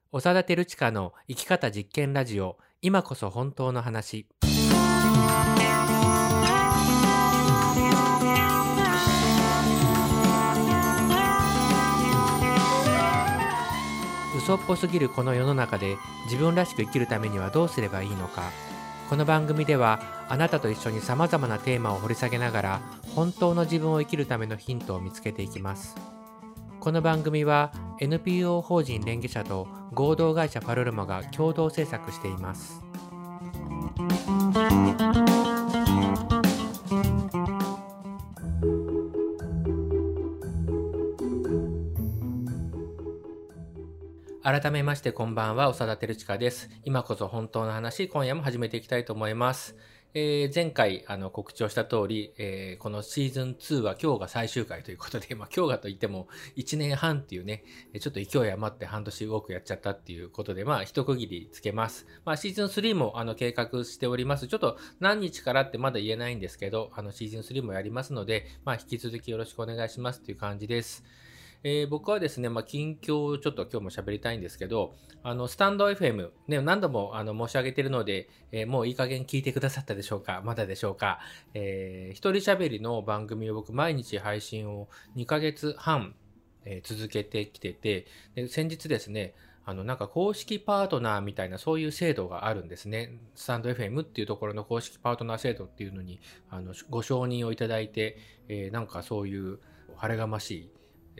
長田照親の生き方実験ラジオ、今こそ本当の話。嘘っぽすぎるこの世の中で自分らしく生きるためにはどうすればいいのか。この番組ではあなたと一緒にさまざまなテーマを掘り下げながら本当の自分を生きるためのヒントを見つけていきます。この番組は NPO 法人連携者と合同会社パルルマが共同制作しています。改めましてこんばんは、長田照親です。今こそ本当の話、今夜も始めていきたいと思います。前回告知をした通り、このシーズン2は今日が最終回ということで、今日がといっても1年半っていうね、ちょっと勢い余って半年多くやっちゃったっていうことで、一区切りつけます。シーズン3も計画しております。ちょっと何日からってまだ言えないんですけど、シーズン3もやりますので、引き続きよろしくお願いしますっていう感じです。僕はですね、近況をちょっと今日も喋りたいんですけど、スタンド FM、ね、何度も申し上げているので、もういい加減聞いてくださったでしょうか、まだでしょうか。一人喋りの番組を僕毎日配信を2ヶ月半、続けてきてて、で先日ですね、なんか公式パートナーみたいなそういう制度があるんですね。スタンド FM っていうところの公式パートナー制度っていうのにご承認をいただいて、なんかそういう晴れがましい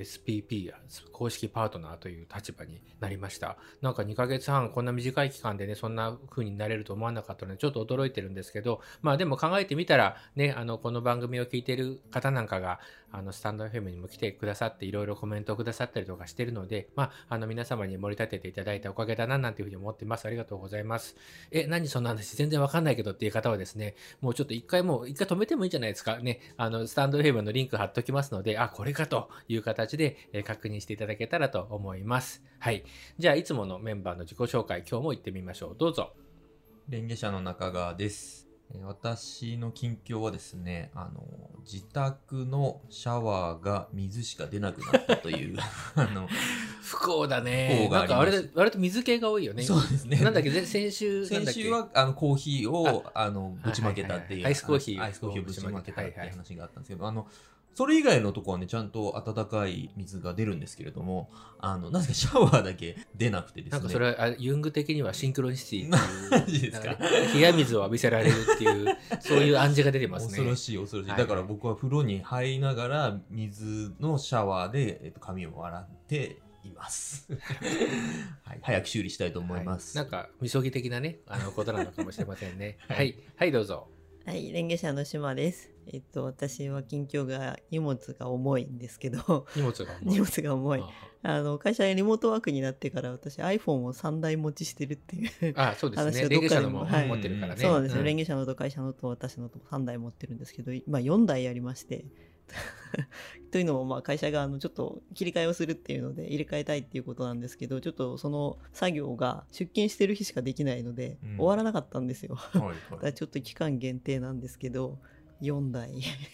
SPP 公式パートナーという立場になりました。なんか2ヶ月半こんな短い期間でね、そんな風になれると思わなかったのでちょっと驚いてるんですけど、でも考えてみたらね、この番組を聞いてる方なんかがスタンド FM にも来てくださっていろいろコメントをくださったりとかしてるので、皆様に盛り立てていただいたおかげだななんていうふうに思ってます。ありがとうございます。何そんな話全然わかんないけどっていう方はですね、もうちょっと一回止めてもいいんじゃないですかね。スタンド FM のリンク貼っときますので、これかという形で確認していただけたらと思います。はい。じゃあいつものメンバーの自己紹介、今日も行ってみましょう。どうぞ。 連携者の中川です。私の近況はですね、自宅のシャワーが水しか出なくなったという不幸だね。 不幸がありました。 なんか割と水系が多いよね。 そうですね。 なんだっけ、先週はコーヒーをぶちまけたっていう、 アイスコーヒーをぶちまけたっていう話があったんですけど、それ以外のとこはね、ちゃんと温かい水が出るんですけれども、なぜかシャワーだけ出なくてですね。 なんかそれはユング的にはシンクロニシティっていう。ですか？ 冷や水を浴びせられるっていう、そういう暗示が出てますね。 恐ろしい恐ろしい。だから僕は風呂に入りながら水のシャワーで、髪を洗っています。はい、早く修理したいと思います。 なんか、みそぎ的なね、ことなのかもしれませんね。はい、はい、どうぞ。 はい、連携者の島です。私は近況が荷物が重いんですけど、 荷物が重い。 会社でリモートワークになってから私 iPhone を3台持ちしてるっていうそうですね。連携者のも持ってるからね。 そうなんですよ。連携者のと会社のと私のと3台持ってるんですけど、今4台ありましてというのも会社がちょっと切り替えをするっていうので入れ替えたいっていうことなんですけど、ちょっとその作業が出勤してる日しかできないので、終わらなかったんですよ。だからちょっと期間限定なんですけど4台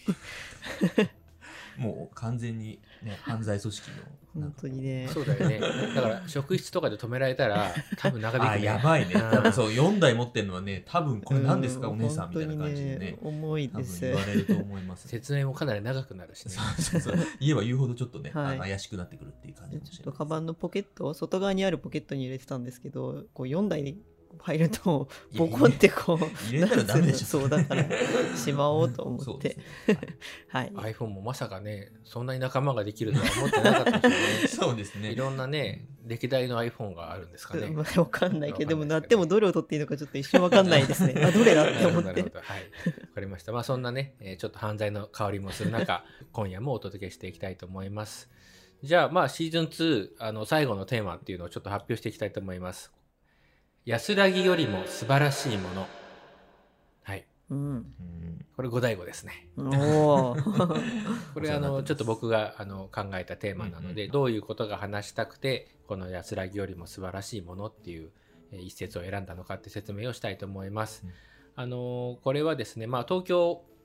もう完全に、ね、犯罪組織の本当にね。 そうだよね。だから職質とかで止められたら多分長引くね。 やばいね。多分そう4台持ってるのはね、多分これ何ですかお姉さんみたいな感じでね、 重いです。 多分言われると思います。 説明もかなり長くなるしね。 そう言えば言うほどちょっとね、怪しくなってくるっていう感じかもしれない。 ちょっとカバンのポケット、外側にあるポケットに入れてたんですけど、こう4台に入るとボコってこう入れたらダメでしょ。 そうだからしまおうと思って、はい、 iPhone もまさかね、そんなに仲間ができるとは思ってなかったですよね。 そうですね。 いろんなね、歴代の iPhone があるんですかね。 わかんないけど、でもなってもどれを取っていいのかちょっと一瞬わかんないですね。どれだって思って。 はい、わかりました。そんなね、ちょっと犯罪の香りもする中、今夜もお届けしていきたいと思います。じゃあシーズン2最後のテーマっていうのをちょっと発表していきたいと思います。安らぎよりも素晴らしいもの。はい。これ五醍醐ですね。これちょっと僕が考えたテーマなので、どういうことが話したくてこの安らぎよりも素晴らしいものっていう一節を選んだのかって説明をしたいと思います。これはですね、東京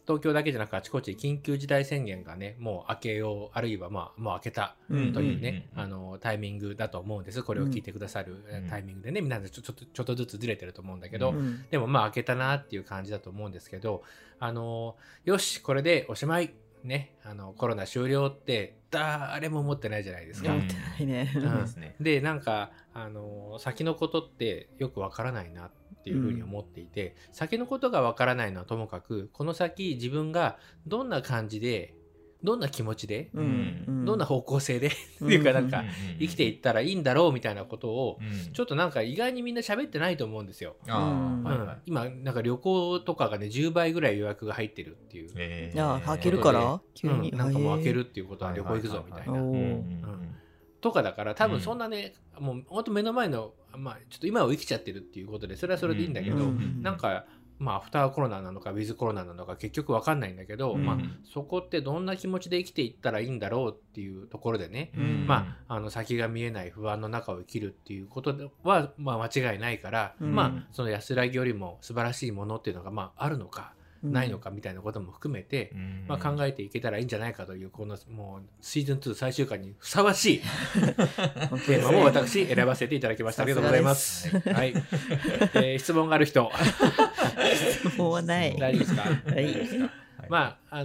東京だけじゃなくあちこち緊急事態宣言がねもう明けようあるいはもう明けたというね、タイミングだと思うんです。これを聞いてくださるタイミングでね、皆さんちょっとずつずれてると思うんだけど、でも明けたなっていう感じだと思うんですけど、よしこれでおしまいね、コロナ終了って誰も思ってないじゃないですか。 思ってないね。 でなんか先のことってよくわからないなっていうふうに思っていて、先のことがわからないのはともかく、この先自分がどんな感じでどんな気持ちで、どんな方向性でっていうかなんか生きていったらいいんだろうみたいなことをちょっとなんか意外にみんな喋ってないと思うんですよ。今なんか旅行とかがね10倍ぐらい予約が入ってるっていう。 開けるから急になんかもう開けるっていうことは旅行行くぞみたいな。とかだから多分そんなね、もう本当目の前のちょっと今を生きちゃってるっていうことでそれはそれでいいんだけど、なんかアフターコロナなのかウィズコロナなのか結局分かんないんだけど、そこってどんな気持ちで生きていったらいいんだろうっていうところでね、先が見えない不安の中を生きるっていうことは、間違いないから、その安らぎよりも素晴らしいものっていうのがあるのかないのかみたいなことも含めて、考えていけたらいいんじゃないかというこのもうシーズン2最終回にふさわしいテーマも私選ばせていただきました。ありがとうございます。はい、質問がある人質問はない。 大丈夫ですか？はい。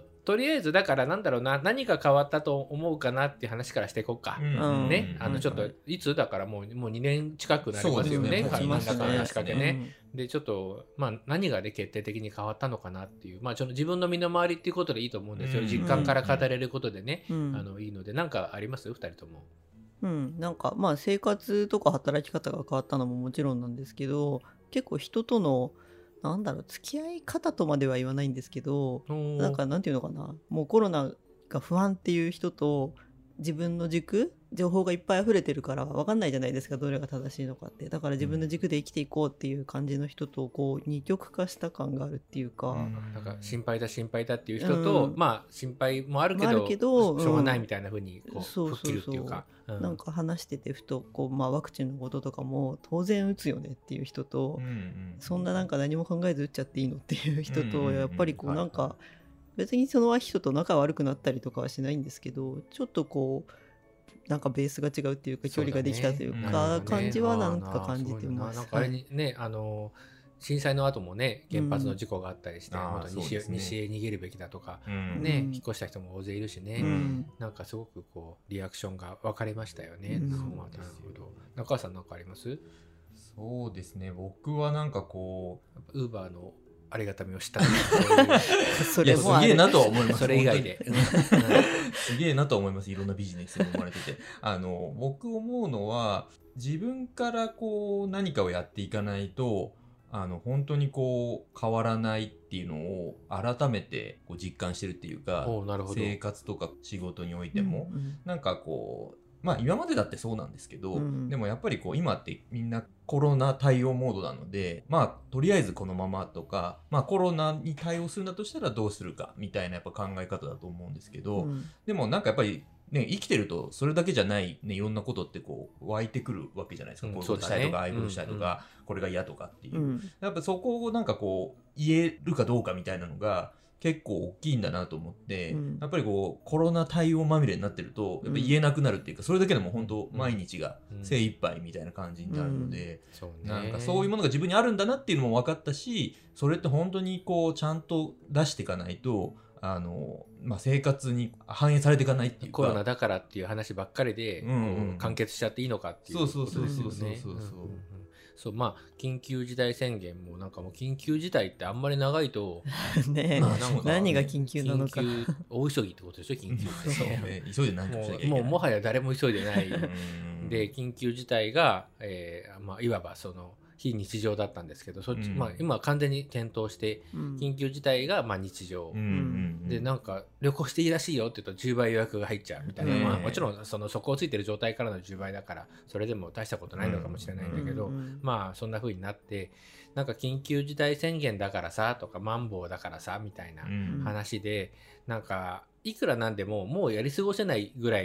とりあえずだからなんだろうな、何が変わったと思うかなっていう話からしていこうか。ね、ちょっといつだからもう2年近くなりますよね。真ん中の話しかけね。でちょっと何がで決定的に変わったのかなっていう、ちょっと自分の身の回りっていうことでいいと思うんですよ。実感から語れることでね、いいので、なんかあります？2人とも。 なんか生活とか働き方が変わったのももちろんなんですけど、結構人との付き合い方とまでは言わないんですけど、なんていうのかな、もうコロナが不安っていう人と、自分の軸、情報がいっぱい溢れてるから分かんないじゃないですか、どれが正しいのかって。だから自分の軸で生きていこうっていう感じの人とこう二極化した感があるっていうか、 なんか心配だっていう人と、心配もあるけどしょうがないみたいな風にこう吹っ切るっていうか、 なんか話しててふとこう、ワクチンのこととかも当然打つよねっていう人と、そんななんか何も考えず打っちゃっていいのっていう人と、やっぱりこうなんか別にその人と仲悪くなったりとかはしないんですけど、ちょっとこうなんかベースが違うっていうか、距離ができたというか、感じはなんか感じてます。 なんかあれにね、震災の後もね、原発の事故があったりして、西へ逃げるべきだとか、ね、引っ越した人も大勢いるしね、なんかすごくこうリアクションが分かれましたよね。なるほど。中川さんなんかあります？ そうですね、僕はなんかこうウーバーのありがたみを知ったそれもすげえなとは思います。 それ以外で。 すげえなとは思います。いろんなビジネスに生まれてて。僕思うのは、自分からこう何かをやっていかないと、本当にこう変わらないっていうのを改めてこう実感してるっていうか、生活とか仕事においても、なんかこう、今までだってそうなんですけど、でもやっぱりこう今ってみんなコロナ対応モードなので、とりあえずこのままとか、コロナに対応するんだとしたらどうするかみたいなやっぱ考え方だと思うんですけど、でもなんかやっぱりね、生きてるとそれだけじゃないね、いろんなことってこう湧いてくるわけじゃないですか。こういうことしたいとか、ああいうことしたいとか、これが嫌とかっていう。やっぱそこをなんかこう言えるかどうかみたいなのが結構大きいんだなと思って、やっぱりこうコロナ対応まみれになってるとやっぱ言えなくなるっていうか、それだけでも本当毎日が精一杯みたいな感じになるので、なんかそういうものが自分にあるんだなっていうのも分かったし、それって本当にこうちゃんと出していかないと生活に反映されていかないっていうか、 コロナだからっていう話ばっかりで完結しちゃっていいのかっていうことですよね。そう、緊急事態宣言もなんかもう緊急事態ってあんまり長いとね、何が緊急なのか。 大急ぎってことでしょ、緊急そうね、急いで何かしなきゃいけない。 もはや誰も急いでないで、緊急事態が、いわばその非日常だったんですけど、今は完全に検討して緊急事態が日常で、なんか旅行していいらしいよって言うと10倍予約が入っちゃうみたいな、もちろんその底をついてる状態からの10倍だからそれでも大したことないのかもしれないんだけど、そんな風になって、なんか緊急事態宣言だからさとかマンボウだからさみたいな話で、なんかいくらなんでももうやり過ごせないぐらい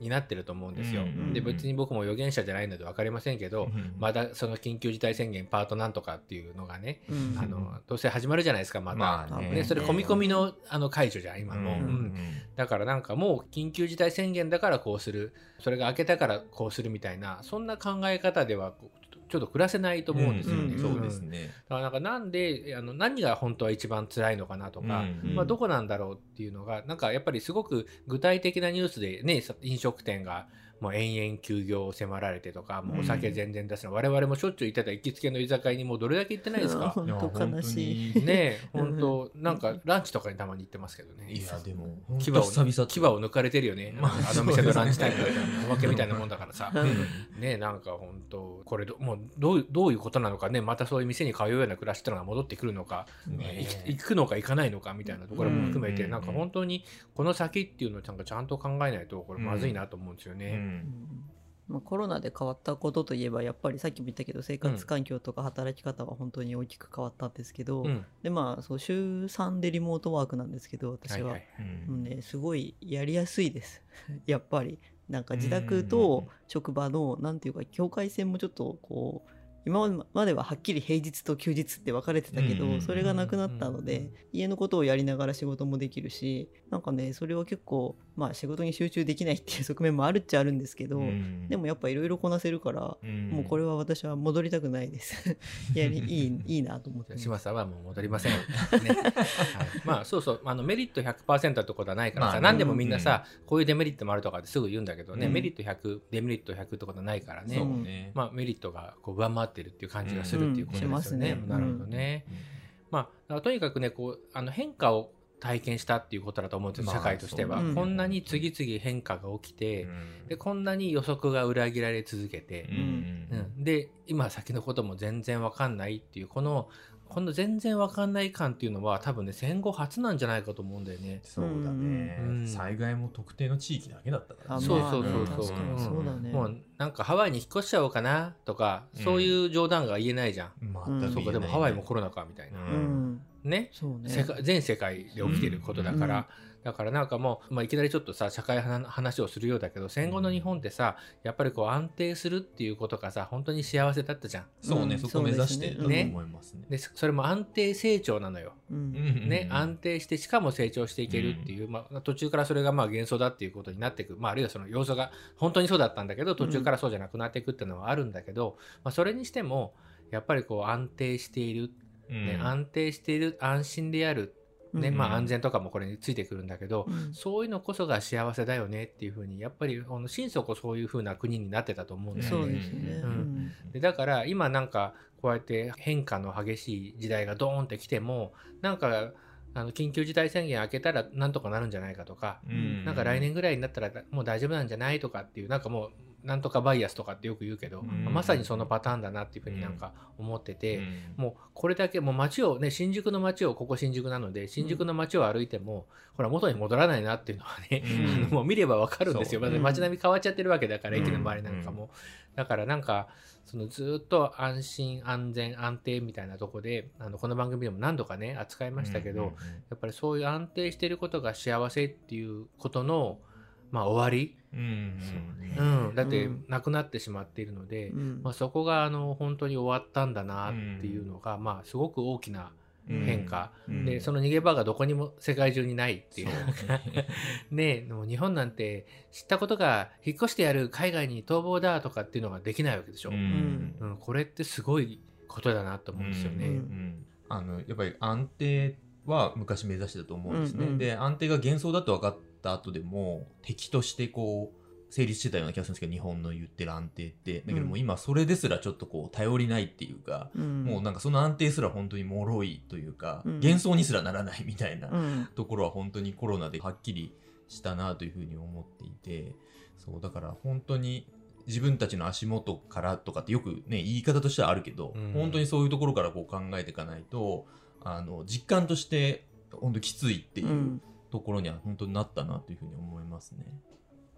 になってると思うんですよ。 うんで別に僕も予言者じゃないので分かりませんけど、 うんまだその緊急事態宣言パートなんとかっていうのがね、 うんどうせ始まるじゃないですかまた、 まあね、それ込み込みの解除じゃん今も、だからなんかもう緊急事態宣言だからこうする、それが明けたからこうするみたいな、そんな考え方ではちょっと暮らせないと思うんですよね。 そうですね。 だからなんで何が本当は一番辛いのかなとか、どこなんだろうっていうのがなんかやっぱりすごく具体的なニュースでね、飲食店がもう延々休業を迫られてとか、もうお酒全然出せない、我々もしょっちゅう行ってた行きつけの居酒屋にもうどれだけ行ってないですか。 本当悲しい。 ねえ、本当なんかランチとかにたまに行ってますけどね。 いやでも牙を抜かれてるよね。 あの店のランチタイムおまけみたいなもんだからさ。ねえ、なんか本当これもうどういうことなのかね、またそういう店に通うような暮らしってのが戻ってくるのか、行くのか行かないのかみたいなところも含めて、なんか本当にこの先っていうのをちゃんと考えないとこれまずいなと思うんですよね。 コロナで変わったことといえばやっぱりさっきも言ったけど生活環境とか働き方は本当に大きく変わったんですけど、でそう週3でリモートワークなんですけど私は、すごいやりやすいですやっぱりなんか自宅と職場のなんていうか境界線もちょっとこう今までははっきり平日と休日って分かれてたけど、それがなくなったので家のことをやりながら仕事もできるし、なんかねそれは結構仕事に集中できないっていう側面もあるっちゃあるんですけど、でもやっぱいろいろこなせるから、もうこれは私は戻りたくないですいいなと思って島さんはもう戻りません、ねはい、そうメリット 100% ってことはないからさ、何でもみんなさ、こういうデメリットもあるとかってすぐ言うんだけどね、メリット100デメリット100ってことはないからね、メリットがこう上回ってるっていう感じがするっていうことですよね。なるほどね。とにかくね変化を体験したっていうことだと思うんですよ、社会としては。こんなに次々変化が起きて、でこんなに予測が裏切られ続けて、で今先のことも全然わかんないっていうこの全然わかんない感っていうのは多分ね戦後初なんじゃないかと思うんだよね。 そうだね、災害も特定の地域だけだったからね。 そうもうなんかハワイに引っ越しちゃおうかなとか、そういう冗談が言えないじゃん。そうかでもハワイもコロナかみたいな、ね、全世界で起きてることだから、だからなんかもう、いきなりちょっとさ社会派な話をするようだけど、戦後の日本ってさやっぱりこう安定するっていうことがさ本当に幸せだったじゃん。 そうね、そこ目指してだと思いますね。 でそれも安定成長なのよ、ね、安定してしかも成長していけるっていう、途中からそれが幻想だっていうことになっていく、あるいはその要素が本当にそうだったんだけど途中からそうじゃなくなっていくっていうのはあるんだけど、それにしてもやっぱりこう安定している、安定している、安心であるね、安全とかもこれについてくるんだけど、そういうのこそが幸せだよねっていうふうにやっぱり心底そういうふうな国になってたと思うんだよね。 そうですね、 でだから今なんかこうやって変化の激しい時代がドーンってきてもなんか緊急事態宣言明けたらなんとかなるんじゃないかとか、なんか来年ぐらいになったらもう大丈夫なんじゃないとかっていう、なんかもうなんとかバイアスとかってよく言うけど、まさにそのパターンだなっていうふうになんか思ってて、もうこれだけもう街をね、新宿の街を、ここ新宿なので新宿の街を歩いても、ほら元に戻らないなっていうのはね、もう見ればわかるんですよ。街並み変わっちゃってるわけだから、駅の周りなんかも、だからなんかそのずっと安心安全安定みたいなとこでこの番組でも何度かね扱いましたけど、やっぱりそういう安定していることが幸せっていうことの終わり、だってなくなってしまっているので、そこが本当に終わったんだなっていうのが、すごく大きな変化、でその逃げ場がどこにも世界中にないっていうね、もう日本なんて知ったことが引っ越してやる、海外に逃亡だとかっていうのができないわけでしょ。これってすごいことだなと思うんですよね。 やっぱり安定は昔目指してたと思うんですね。で安定が幻想だと分かった後でも敵としてこう成立してたような気がするんですけど、日本の言ってる安定ってだけども、今それですらちょっとこう頼りないっていうか、もうなんかその安定すら本当に脆いというか、幻想にすらならないみたいなところは本当にコロナではっきりしたなというふうに思っていて、そうだから本当に自分たちの足元からとかってよくね言い方としてはあるけど、本当にそういうところからこう考えていかないと実感として本当きついっていうところには本当になったなというふうに思いますね。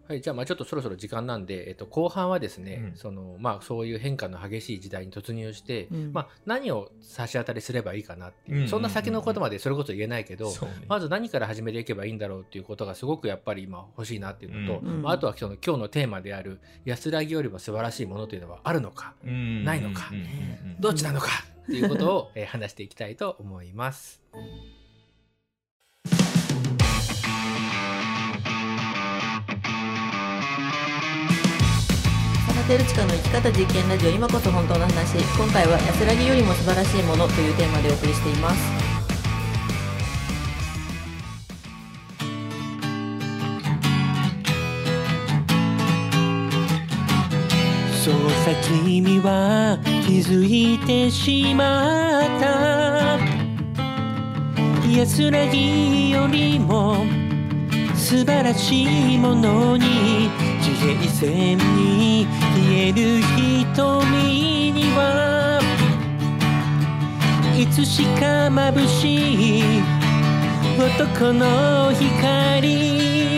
はい、じゃあちょっとそろそろ時間なんで、後半はですね、そういう変化の激しい時代に突入して、何を差し当たりすればいいかなっていう、そんな先のことまでそれこそ言えないけど、まず何から始めていけばいいんだろうっていうことがすごくやっぱり今欲しいなっていうのと、あとは今日のテーマである安らぎよりも素晴らしいものというのはあるのか、ないのか、どっちなのかっていうことを話していきたいと思います。 テルチカの生き方実験ラジオ、今こそ本当の話。今回は安らぎよりも素晴らしいものというテーマでお送りしています。 そうさ君は気づいてしまった。安らぎよりも素晴らしいものに、地平線に消える瞳にはいつしか眩しい男の光。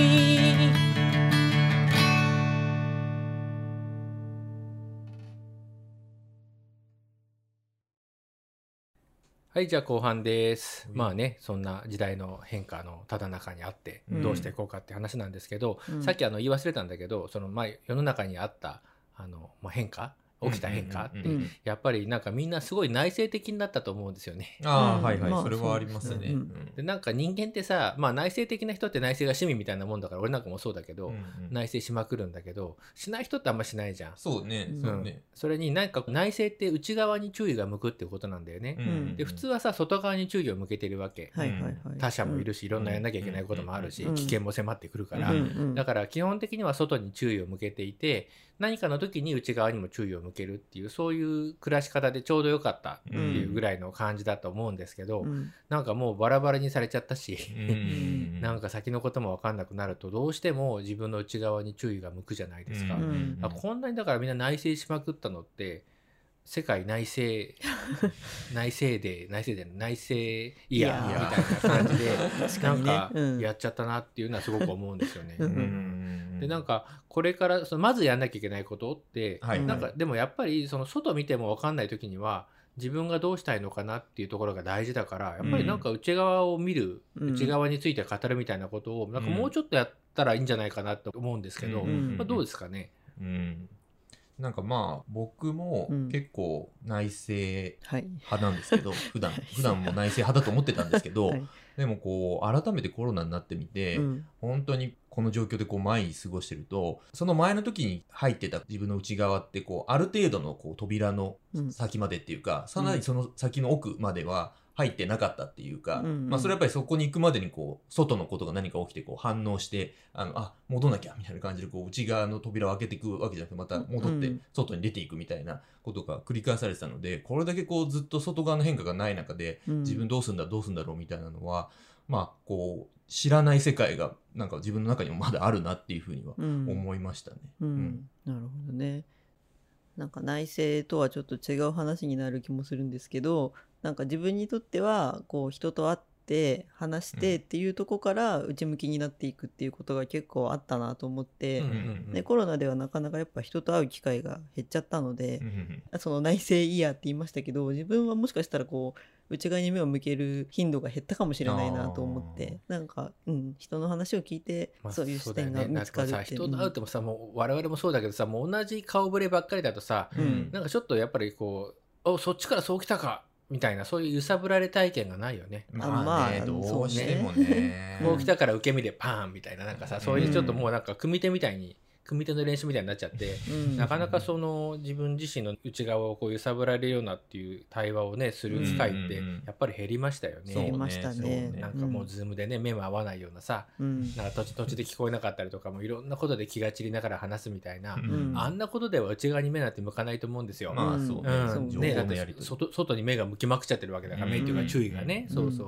はい、じゃあ後半です。そんな時代の変化のただ中にあってどうしていこうかって話なんですけど、さっき言い忘れたんだけど、世の中にあった変化、起きた変化ってやっぱりなんかみんなすごい内省的になったと思うんですよね。 はいはい、それはありますね。 でなんか人間ってさ、内省的な人って内省が趣味みたいなもんだから、俺なんかもそうだけど、内省しまくるんだけど、しない人ってあんましないじゃん。 そうね、 それになんか内省って内側に注意が向くっていうことなんだよね。で普通はさ、外側に注意を向けてるわけ。他者もいるし、いろんなやんなきゃいけないこともあるし、危険も迫ってくるから、だから基本的には外に注意を向けていて、何かの時に内側にも注意を向けるっていう、そういう暮らし方でちょうどよかったっていうぐらいの感じだと思うんですけど、なんかもうバラバラにされちゃったしなんか先のことも分かんなくなると、どうしても自分の内側に注意が向くじゃないですか。こんなにだからみんな内省しまくったのって、世界内省イヤーみたいな感じでなんかやっちゃったなっていうのはすごく思うんですよね。でなんかこれからまずやんなきゃいけないことって、なんかでもやっぱり外見ても分かんない時には自分がどうしたいのかなっていうところが大事だから、やっぱりなんか内側を見る、内側について語るみたいなことをなんかもうちょっとやったらいいんじゃないかなと思うんですけど、どうですかね。 なんか僕も結構内省派なんですけど、普段も内省派だと思ってたんですけど、でも改めてコロナになってみて、本当にこの状況で毎日過ごしてると、その前の時に入ってた自分の内側ってある程度の扉の先までっていうか、さらにその先の奥までは入ってなかったっていうか、それはやっぱりそこに行くまでに外のことが何か起きて反応して、戻んなきゃみたいな感じで内側の扉を開けていくわけじゃなくて、また戻って外に出ていくみたいなことが繰り返されてたので、これだけずっと外側の変化がない中で、自分どうすんだろうみたいなのは、知らない世界がなんか自分の中にもまだあるなっていうふうには思いましたね。 なるほどね。なんか内省とはちょっと違う話になる気もするんですけど、なんか自分にとっては人と会って話してっていうとこから内向きになっていくっていうことが結構あったなと思って、でコロナではなかなかやっぱ人と会う機会が減っちゃったので、その内省イヤーって言いましたけど、自分はもしかしたら内側に目を向ける頻度が減ったかもしれないなと思って、なんか、人の話を聞いて、そういう視点が見つかるっていう。 人と会うともさ、もう我々もそうだけどさ、もう同じ顔ぶればっかりだとさ、なんかちょっとやっぱりそっちからそうきたかみたいな、そういう揺さぶられ体験がないよね。 どうしてもね。 こう来たから受け身でパーンみたいな、なんかさ、そういうちょっともうなんか組手の練習みたいになっちゃって、なかなか自分自身の内側を揺さぶられるようなっていう対話をねする機会ってやっぱり減りましたよね。 減りましたね。 なんかもうズームでね、目も合わないようなさ、なんか途中で聞こえなかったりとか、もいろんなことで気が散りながら話すみたいな、あんなことでは内側に目なんて向かないと思うんですよ。だって外に目が向きまくっちゃってるわけだから、目っていうか注意がね、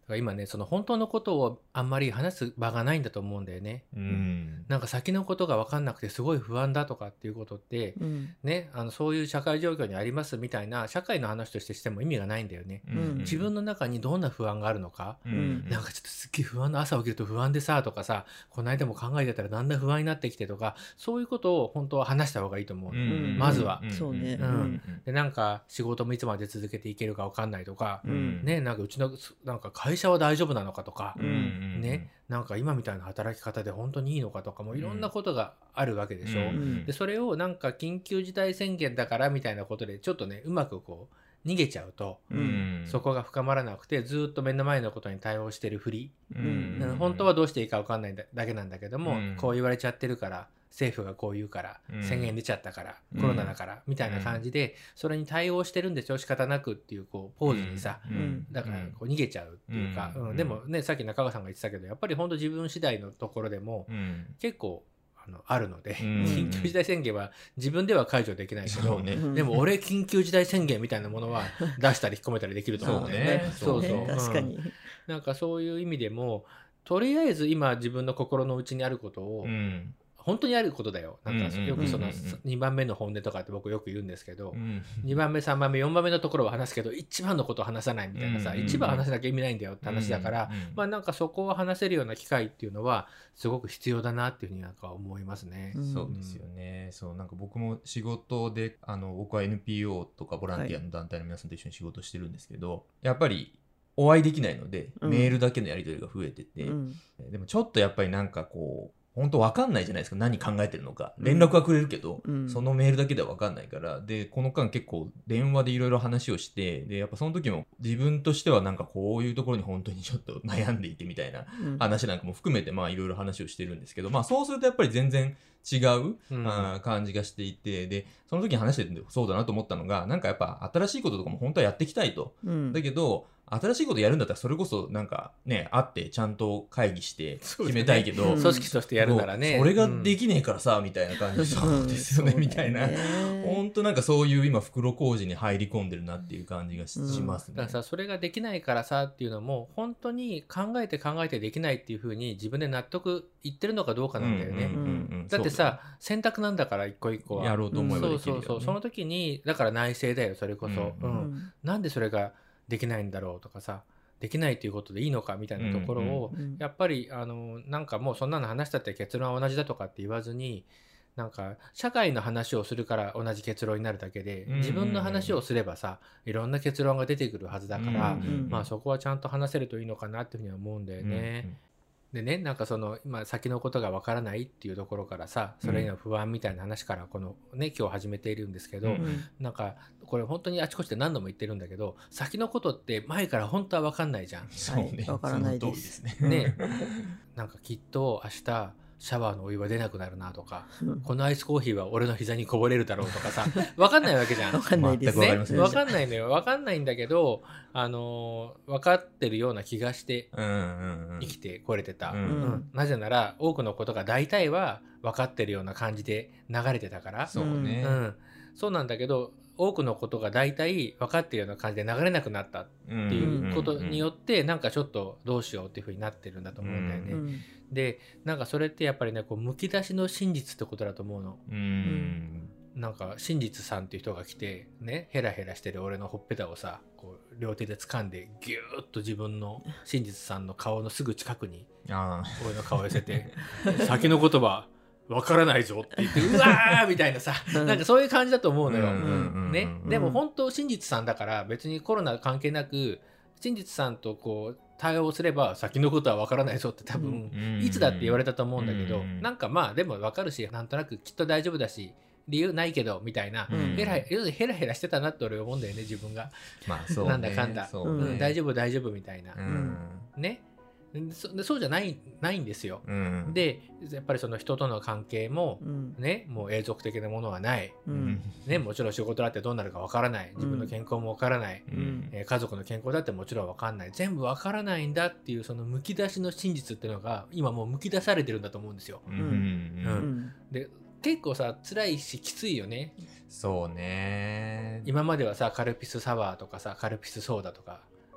から今ねその本当のことをあんまり話す場がないんだと思うんだよね。なんか先のことが分かんなくてすごい不安だとかっていうことって、ね、そういう社会状況にありますみたいな社会の話としても意味がないんだよね。自分の中にどんな不安があるのか、なんかちょっとすっげえ不安な、朝起きると不安でさとかさ、この間も考えてたらだんだん不安になってきてとか、そういうことを本当は話した方がいいと思う。まずは。 そうね。 でなんか仕事もいつまで続けていけるか分かんないとか、ね、なんかうちのなんか会社は大丈夫なのかとか、ね、なんか今みたいな働き方で本当にいいのかとかもいろんなことがあるわけでしょ。でそれをなんか緊急事態宣言だからみたいなことでちょっとねうまくこう逃げちゃうと、そこが深まらなくてずっと目の前のことに対応してるふり、本当はどうしていいか分かんないだけなんだけども、こう言われちゃってるから政府がこう言うから、宣言出ちゃったから、コロナだから、みたいな感じで、それに対応してるんでしょ、仕方なくっていう、こう、ポーズにさ、だから、こう、逃げちゃうっていうか、でもね、さっき中川さんが言ってたけど、やっぱり本当自分次第のところでも、結構、あるので、緊急事態宣言は自分では解除できないけど、でも俺緊急事態宣言みたいなものは出したり引っ込めたりできると思うんだよね。 そう確かに。 なんかそういう意味でも、とりあえず今自分の心の内にあることを、本当にあることだよ。なんかよくその2番目の本音とかって僕よく言うんですけど、2番目3番目4番目のところは話すけど1番のことを話さないみたいなさ、1番話せなきゃ意味ないんだよって話だから、まあなんかそこを話せるような機会っていうのはすごく必要だなっていうふうになんか思いますね。 そうですよね。そうなんか僕も仕事で僕は NPO とかボランティアの団体の皆さんと一緒に仕事してるんですけど、やっぱりお会いできないので、メールだけのやり取りが増えてて、でもちょっとやっぱりなんかこう本当分かんないじゃないですか、何考えてるのか。連絡はくれるけど、そのメールだけでは分かんないから。で、この間結構電話でいろいろ話をして、で、やっぱその時も自分としてはなんかこういうところに本当にちょっと悩んでいてみたいな話なんかも含めてまあいろいろ話をしてるんですけど、まあそうするとやっぱり全然違う、感じがしていて、で、その時に話してるそうだなと思ったのが、なんかやっぱ新しいこととかも本当はやっていきたいと。だけど、新しいことやるんだったらそれこそなんかね会ってちゃんと会議して決めたいけど、 組織としてやるならねそれができねえからさ、みたいな感じで、そうですよねみたいな、本当なんかそういう今袋小路に入り込んでるなっていう感じがしますね。 だからさ、それができないからさっていうのも本当に考えてできないっていうふうに自分で納得いってるのかどうかなんだよね。だってさ、選択なんだから一個一個はやろうと思えばできるよね。 そうその時にだから内省だよ、それこそ。なんでそれができないんだろうとかさ、できないということでいいのかみたいなところを、やっぱりなんかもうそんなの話したって結論は同じだとかって言わずに、なんか社会の話をするから同じ結論になるだけで、自分の話をすればさいろんな結論が出てくるはずだから、まあそこはちゃんと話せるといいのかなっていうふうには思うんだよね。でね、なんかその今先のことがわからないっていうところからさ、それへの不安みたいな話からこのね今日始めているんですけど、なんかこれ本当にあちこちで何度も言ってるんだけど、先のことって前から本当はわかんないじゃん。 そうね、 わからないです。 ね、なんかきっと明日シャワーのお湯は出なくなるなとか、このアイスコーヒーは俺の膝にこぼれるだろうとかさ、分かんないわけじゃん。 分かんないですね。分かんないのよ。分かんないんだけど、分かってるような気がして生きてこれてた。なぜなら多くのことが大体は分かってるような感じで流れてたから。 そうね。 そうなんだけど、多くのことが大体分かってるような感じで流れなくなったっていうことによって、なんかちょっとどうしようっていうふうになってるんだと思うんだよね。で、なんかそれってやっぱりね、こうむき出しの真実ってことだと思うの。なんか真実さんっていう人が来てね、ヘラヘラしてる俺のほっぺたをさ、こう両手で掴んでギューッと自分の真実さんの顔のすぐ近くに俺の顔を寄せて先の言葉わからないぞって言ってうわーみたいなさ、なんかそういう感じだと思うのよ。ね、でも本当真実さんだから別にコロナ関係なく真実さんとこう対応すれば先のことはわからないぞって多分いつだって言われたと思うんだけど、なんかまあでもわかるし、なんとなくきっと大丈夫だし理由ないけどみたいな、ヘラヘラしてたなって俺思うんだよね、自分が。 まあそうね、 なんだかんだ、大丈夫みたいな、ね。そうじゃないんですよ。でやっぱりその人との関係もね、もう永続的なものはない、ね、もちろん仕事だってどうなるかわからない、自分の健康もわからない、家族の健康だってもちろんわかんない、全部わからないんだっていうそのむき出しの真実っていうのが今もうむき出されてるんだと思うんですよ。で結構さ辛いしきついよね。 そうね。 今まではさカルピスサワーとかさカルピスソーダとかね、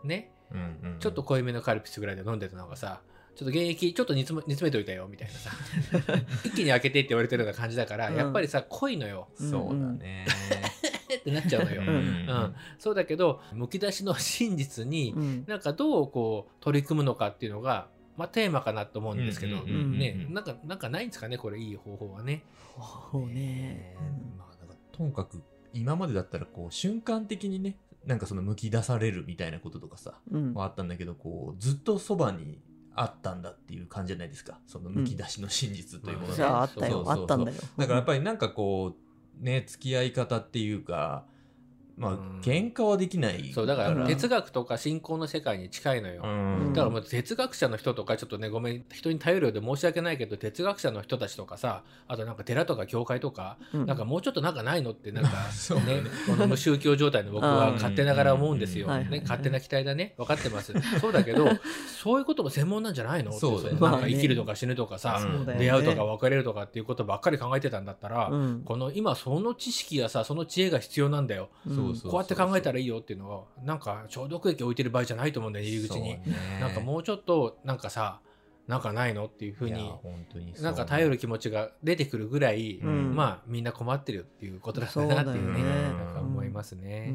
うんうん、 ちょっと濃いめのカルピスぐらいで飲んでたのがさ、ちょっと原液ちょっと煮詰めといたよみたいなさ一気に開けてって言われてるような感じだから、やっぱりさ濃いのよ。 そうだねってなっちゃうのよ、そうだけどむき出しの真実になんかどうこう取り組むのかっていうのが、まあ、テーマかなと思うんですけど、ね、なんかないんですかね、これいい方法はね。 そうね、 まあ、なんかともかく今までだったらこう瞬間的にね、なんかそのむき出されるみたいなこととかさ、はあったんだけど、こうずっとそばにあったんだっていう感じじゃないですか、そのむき出しの真実というものが、 じゃああったよ、あったんだよ。 だからやっぱりなんかこうね、付き合い方っていうか、まあ喧嘩はできない。 そうだから哲学とか信仰の世界に近いのよ。だからもう哲学者の人とかちょっとね、ごめん人に頼るようで申し訳ないけど、哲学者の人たちとかさ、あとなんか寺とか教会とか、なんかもうちょっとなんかないのってなんかねこの無宗教状態の僕は勝手ながら思うんですよ。ね、勝手な期待だね、分かってます。そうだけどそういうことも専門なんじゃないのって、なんか生きるとか死ぬとかさ、出会うとか別れるとかっていうことばっかり考えてたんだったら、この今その知識やさ、その知恵が必要なんだよ。こうやって考えたらいいよっていうのは、なんか消毒液置いてる場合じゃないと思うんだよ、入り口に。なんかもうちょっとなんかさ、なんかないのっていうふうに、なんか頼る気持ちが出てくるぐらい、まあみんな困ってるっていうことだなっていうね、なんか思いますね。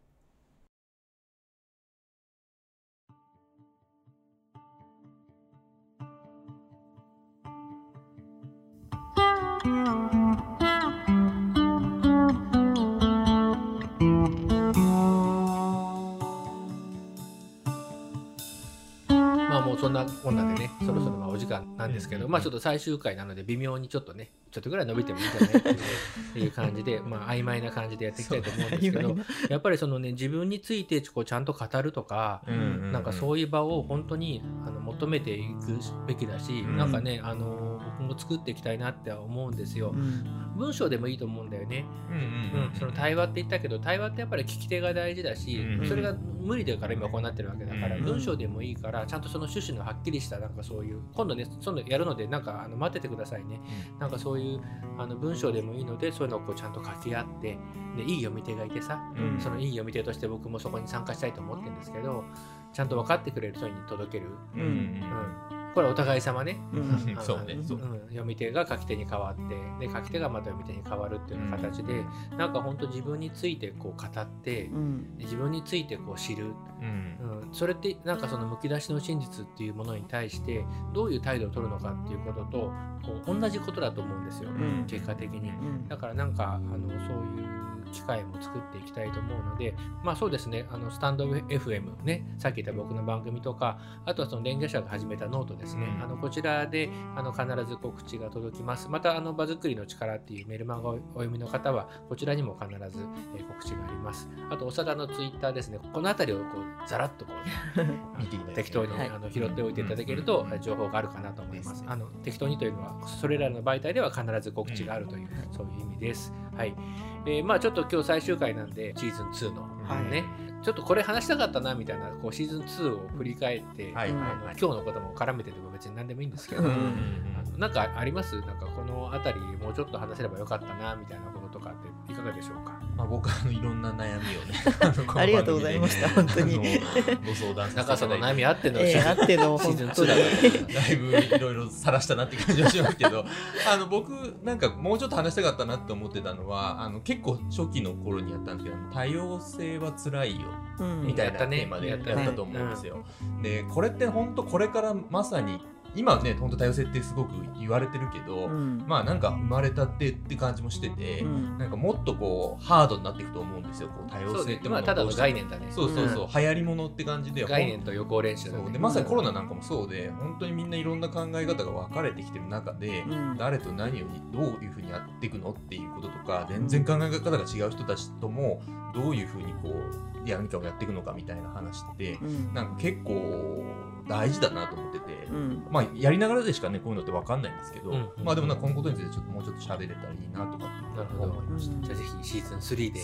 もうそんなこんなでね、そろそろお時間なんですけど、まあちょっと最終回なので微妙にちょっとね、ちょっとぐらい伸びてもいいんじゃないっていう感じで、まあ曖昧な感じでやっていきたいと思うんですけど、やっぱりそのね、自分についてこうちゃんと語るとか、なんかそういう場を本当に求めていくべきだし、なんかね、僕も作っていきたいなって思うんですよ。文章でもいいと思うんだよね。その対話って言ったけど、対話ってやっぱり聞き手が大事だし、それが無理だから今こうなってるわけだから、文章でもいいからちゃんとその趣旨のはっきりしたなんかそういう、今度ね、そういうのやるのでなんか待っててくださいね。なんかそういう文章でもいいので、そういうのをこうちゃんと書き合って、でいい読み手がいてさ、そのいい読み手として僕もそこに参加したいと思ってるんですけど、ちゃんと分かってくれる人に届ける。これはお互い様ね。読み手が書き手に変わって、で書き手がまた読み手に変わるっていう形で、なんか本当自分についてこう語って、自分についてこう知る、それってなんかそのむき出しの真実っていうものに対してどういう態度を取るのかっていうこととこう同じことだと思うんですよ、結果的に。だからなんかそういう機会も作っていきたいと思うので、まあそうですね、スタンド FM ね、さっき言った僕の番組とか、あとはその連携者が始めたノートですね、こちらで必ず告知が届きます。また場作りの力っていうメルマガをお読みの方はこちらにも必ず告知があります。あと長田のツイッターですね、このあたりをこうざらっとこう適当に拾っておいていただけると情報があるかなと思います。適当にというのはそれらの媒体では必ず告知があるという、そういう意味です。はい。まあちょっと今日最終回なんでシーズン2のね、ちょっとこれ話したかったなみたいなこうシーズン2を振り返って、今日のことも絡めてでも別に何でもいいんですけど、なんかあります？なんかこのあたりもうちょっと話せればよかったなみたいなこととかっていかがでしょうか？ まあ、僕はいろんな悩みをねありがとうございました。本当にご相談させていただいて、 なんかその悩みあってのシあってのーズン2だっただいぶいろいろ晒したなって感じはしますけど僕なんかもうちょっと話したかったなって思ってたのは結構初期の頃にやったんですけど、多様性は辛いよ、みたいなテーマでやったと思うんですよ。でこれって本当これからまさに今ね、本当多様性ってすごく言われてるけど、まあなんか生まれたって感じもしてて、なんかもっとこうハードになっていくと思うんですよ、こう多様性ってものまあただの概念だね。 そう、流行り物って感じで、 概念と予行練習だね。 でまさにコロナなんかもそうで、本当にみんないろんな考え方が分かれてきてる中で、誰と何をどういうふうにやっていくのっていうこととか、全然考え方が違う人たちともどういうふうにこう何かをやっていくのかみたいな話って、なんか結構大事だなと思ってて、まあやりながらでしかねこういうのって分かんないんですけど、まあでもなんかこのことについてちょっともうちょっと喋れたらいいなとかって思いました。 じゃあぜひシーズン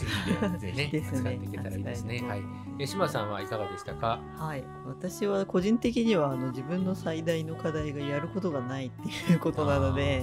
3でね使っていけたらいいですね。はい。島さんはいかがでしたか？ はい。私は個人的には自分の最大の課題がやることがないっていうことなので、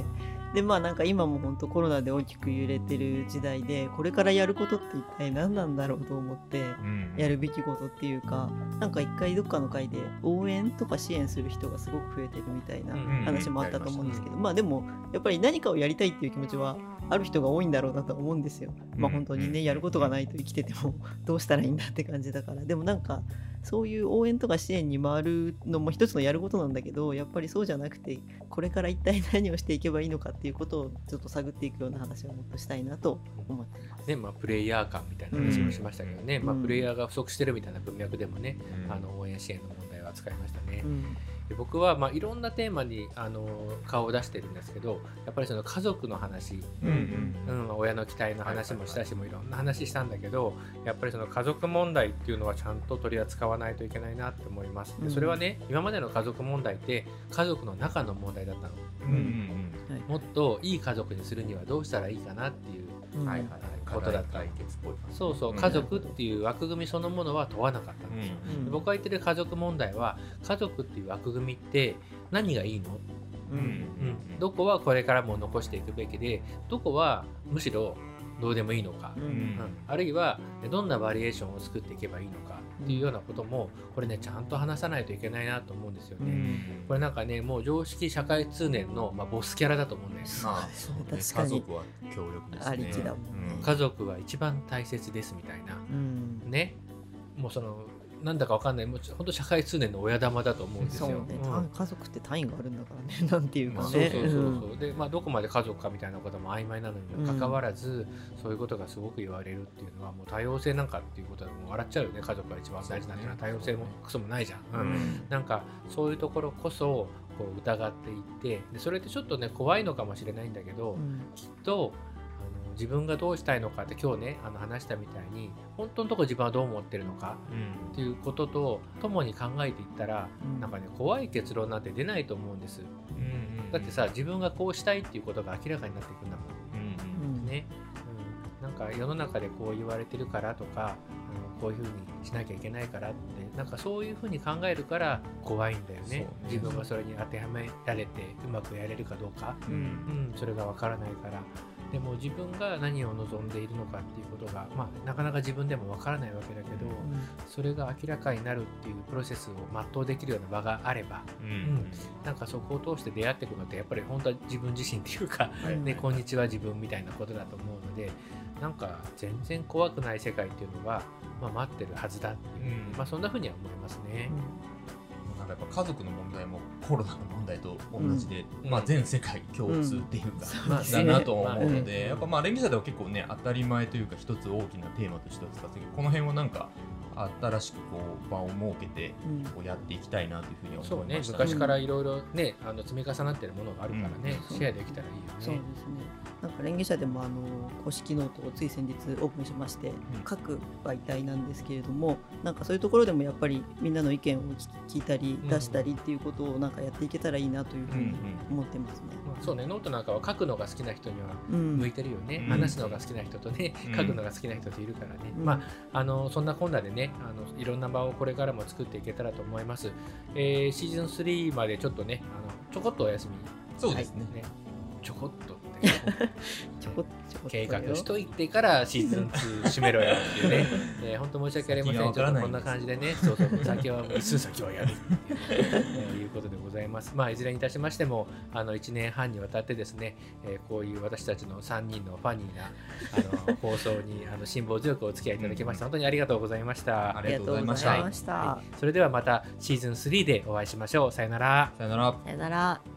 でまあなんか今も本当コロナで大きく揺れてる時代で、これからやることって一体何なんだろうと思って、やるべきことっていうか、なんか一回どっかの回で応援とか支援する人がすごく増えてるみたいな話もあったと思うんですけど、まあでもやっぱり何かをやりたいっていう気持ちはある人が多いんだろうなと思うんですよ。まあ本当にね、やることがないと生きててもどうしたらいいんだって感じだから。でもなんかそういう応援とか支援に回るのも一つのやることなんだけど、やっぱりそうじゃなくて、これから一体何をしていけばいいのかっていうことをちょっと探っていくような話をもっとしたいなと思ってます。 ね、まあ、プレイヤー感みたいな話もしましたけどね、まあ、プレイヤーが不足してるみたいな文脈でもね、応援支援の問題は扱いましたね。で僕はまあいろんなテーマに顔を出してるんですけど、やっぱりその家族の話、親の期待の話もしたし、もいろんな話したんだけど、やっぱりその家族問題っていうのはちゃんと取り扱わないといけないなって思います。でそれはね、今までの家族問題って家族の中の問題だったの。もっといい家族にするにはどうしたらいいかなっていうことだった。そうそう、家族っていう枠組みそのものは問わなかったんですよ。僕が言ってる家族問題は、家族っていう枠組みって何がいいの？どこはこれからも残していくべきで、どこはむしろどうでもいいのか、あるいはどんなバリエーションを作っていけばいいのかっていうようなことも、これねちゃんと話さないといけないなと思うんですよね。これなんかね、もう常識社会通念の、ボスキャラだと思うんです。 確かに家族は強力ですね。 ありきだもんね。 家族は一番大切ですみたいな、ね、もうそのなんだかわかんない、もう本当社会通念の親玉だと思うんですよ。 そうね、家族って単位があるんだからね、なんていうかね。 そうで、どこまで家族かみたいなことも曖昧なのにもかかわらず、そういうことがすごく言われるっていうのは、もう多様性なんかっていうことはもう笑っちゃうよね。家族が一番大事なんていうのは多様性もクソもないじゃん。なんかそういうところこそこう疑っていって、でそれってちょっとね怖いのかもしれないんだけど、きっと自分がどうしたいのかって今日ね話したみたいに、本当のところ自分はどう思ってるのかっていうことと共に考えていったら、なんかね怖い結論なんて出ないと思うんです。だってさ、自分がこうしたいっていうことが明らかになっていくんだもん。ね、なんか世の中でこう言われてるからとか、こういうふうにしなきゃいけないからって、なんかそういうふうに考えるから怖いんだよね。自分がそれに当てはめられてうまくやれるかどうか、それがわからないから。でも自分が何を望んでいるのかっていうことが、なかなか自分でもわからないわけだけど、それが明らかになるっていうプロセスを全うできるような場があれば、なんかそこを通して出会っていくのってやっぱり本当は自分自身っていうか、こんにちは自分みたいなことだと思うので、なんか全然怖くない世界っていうのが、待ってるはずだっていう、そんなふうには思いますね。 やっぱ家族の問題もコロナの問題と同じで、全世界共通っていうか、だなと思うので、やっぱ連携者では結構ね当たり前というか一つ大きなテーマとしては使ってるけど、この辺はなんか新しくこう場を設けてこうやっていきたいなというふうに思いました。 そうね、昔からいろいろね積み重なってるものがあるからね、シェアできたらいいよね。 そうですね。なんか連携者でも公式ノートをつい先日オープンしまして、各媒体なんですけれども、なんかそういうところでもやっぱりみんなの意見を聞いたり出したりっていうことをなんかやっていけたらいいなというふうに思ってますね。 そうね、ノートなんかは書くのが好きな人には向いてるよね。話すのが好きな人とね、書くのが好きな人といるからね。そんなこんなでね、いろんな場をこれからも作っていけたらと思います。シーズン3までちょっとね、ちょこっとお休み。 そうですね。 ちょこっとちょこっと計画しといてからシーズン2締めろよっていうね。本当申し訳ありません。ちょっとこんな感じでね、先は数先はやるっていうことでございます。いずれにいたしましても1年半にわたってですね、こういう私たちの3人のファニーな放送に辛抱強くお付き合いいただきまして、本当にありがとうございました。 ありがとうございました。 それではまたシーズン3でお会いしましょう。さよなら。 さよなら。